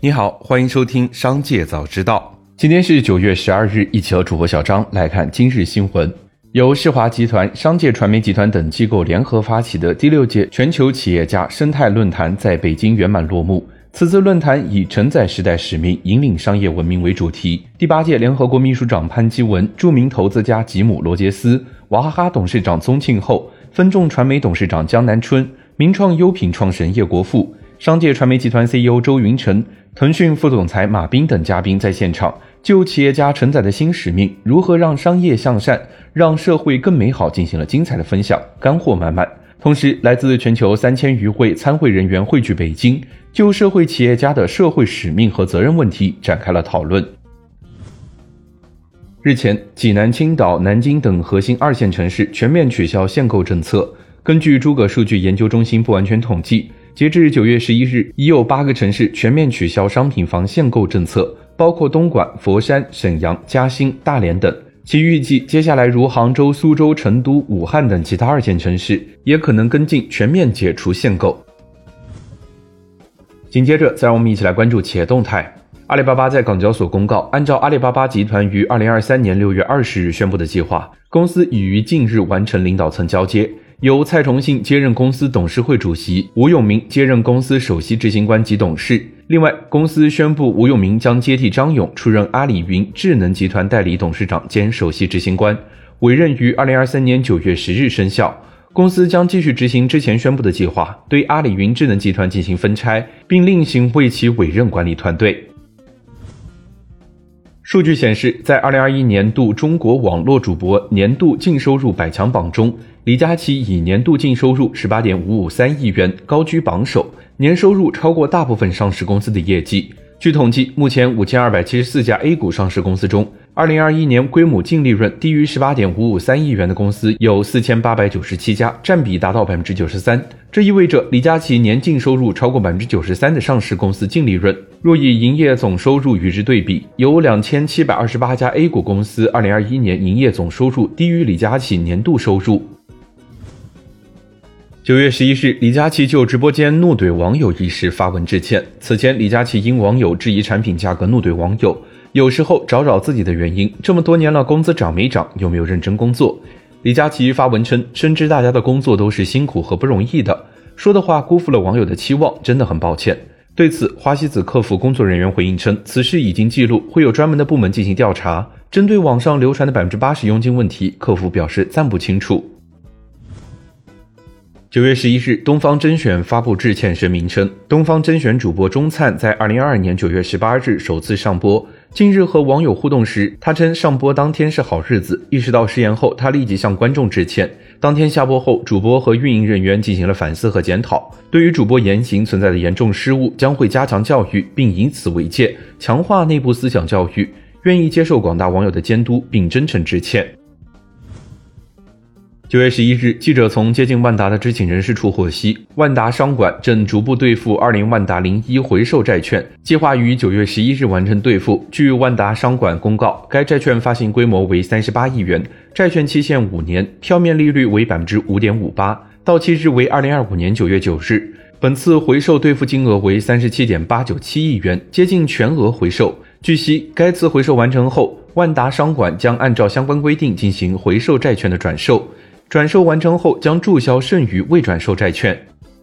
你好，欢迎收听商界早知道。今天是9月12日，一起和主播小张来看今日新闻。由世华集团、商界传媒集团等机构联合发起的第6届全球企业家生态论坛在北京圆满落幕。此次论坛以承载时代使命，引领商业文明为主题。第8届联合国秘书长潘基文、著名投资家吉姆·罗杰斯、娃哈哈董事长宗庆后、分众传媒董事长江南春、名创优品创始人叶国富、商界传媒集团 CEO 周云成、腾讯副总裁马斌等嘉宾在现场，就企业家承载的新使命，如何让商业向善，让社会更美好进行了精彩的分享，干货满满。同时，来自全球3000余位参会人员汇聚北京，就社会企业家的社会使命和责任问题展开了讨论。日前，济南、青岛、南京等核心2线城市全面取消限购政策。根据诸葛数据研究中心不完全统计，截至9月11日，已有8个城市全面取消商品房限购政策，包括东莞、佛山、沈阳、嘉兴、大连等。其预计接下来如杭州、苏州、成都、武汉等其他2线城市也可能跟进全面解除限购。紧接着，再让我们一起来关注企业动态。阿里巴巴在港交所公告，按照阿里巴巴集团于2023年6月20日宣布的计划，公司已于近日完成领导层交接，由蔡崇信接任公司董事会主席，吴永明接任公司首席执行官及董事。另外，公司宣布吴永明将接替张勇出任阿里云智能集团代理董事长兼首席执行官，委任于2023年9月10日生效。公司将继续执行之前宣布的计划，对阿里云智能集团进行分拆，并另行为其委任管理团队。数据显示，在2021年度中国网络主播年度净收入百强榜中，李佳琦以年度净收入 18.553 亿元高居榜首，年收入超过大部分上市公司的业绩。据统计，目前5274家 A 股上市公司中，2021年规模净利润低于 18.553 亿元的公司有4897家，占比达到 93%。这意味着李佳琦年净收入超过 93% 的上市公司净利润。若以营业总收入与之对比，有2728家 A 股公司2021年营业总收入低于李佳琦年度收入。9月11日，李佳琦就直播间怒怼网友一事发文致歉。此前，李佳琦因网友质疑产品价格怒怼网友，有时候找自己的原因，这么多年了，工资涨没涨，有没有认真工作？李佳琦发文称，深知大家的工作都是辛苦和不容易的，说的话辜负了网友的期望，真的很抱歉。对此，花西子客服工作人员回应称，此事已经记录，会有专门的部门进行调查。针对网上流传的 80% 佣金问题，客服表示暂不清楚。9月11日，东方甄选发布致歉声明称，东方甄选主播钟灿在2022年9月18日首次上播，近日和网友互动时，他称上播当天是好日子，意识到失言后，他立即向观众致歉。当天下播后，主播和运营人员进行了反思和检讨，对于主播言行存在的严重失误，将会加强教育，并以此为戒，强化内部思想教育，愿意接受广大网友的监督，并真诚致歉。9月11日，记者从接近万达的知情人士处获悉，万达商管正逐步兑付20万达01回售债券，计划于9月11日完成兑付。据万达商管公告，该债券发行规模为38亿元，债券期限5年，票面利率为 5.58%， 到期日为2025年9月9日。本次回售兑付金额为 37.897 亿元，接近全额回售。据悉，该次回售完成后，万达商管将按照相关规定进行回售债券的转售。转售完成后将注销剩余未转售债券。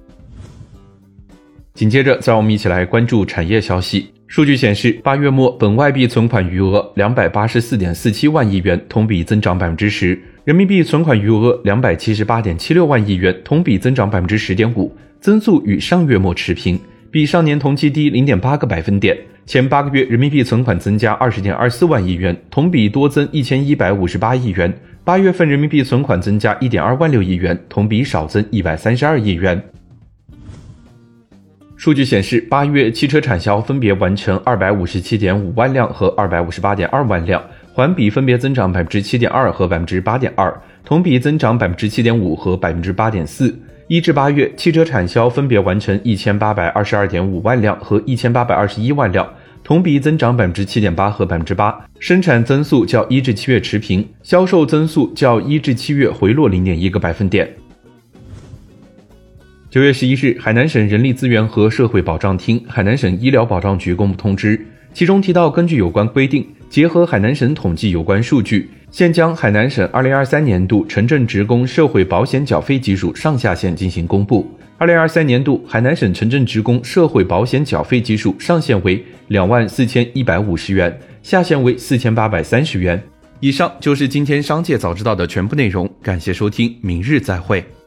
紧接着，再让我们一起来关注产业消息。数据显示，8月末本外币存款余额 284.47 万亿元，同比增长 10%， 人民币存款余额 278.76 万亿元，同比增长 10.5%， 增速与上月末持平，比上年同期低 0.8个百分点。前8个月人民币存款增加 20.24 万亿元，同比多增1158亿元。8月份人民币存款增加 1.226 亿元，同比少增132亿元。数据显示，8月汽车产销分别完成 257.5 万辆和 258.2 万辆，环比分别增长 7.2% 和 8.2%， 同比增长 7.5% 和 8.4%。1至8月，汽车产销分别完成 1822.5 万辆和1821万辆，同比增长 7.8% 和 8%， 生产增速较1至7月持平，销售增速较1至7月回落 0.1个百分点。 9月11日，海南省人力资源和社会保障厅、海南省医疗保障局公布通知，其中提到，根据有关规定，结合海南省统计有关数据，现将海南省2023年度城镇职工社会保险缴费基数上下限进行公布。2023年度海南省城镇职工社会保险缴费基数上限为24150元，下限为4830元。以上就是今天商界早知道的全部内容，感谢收听，明日再会。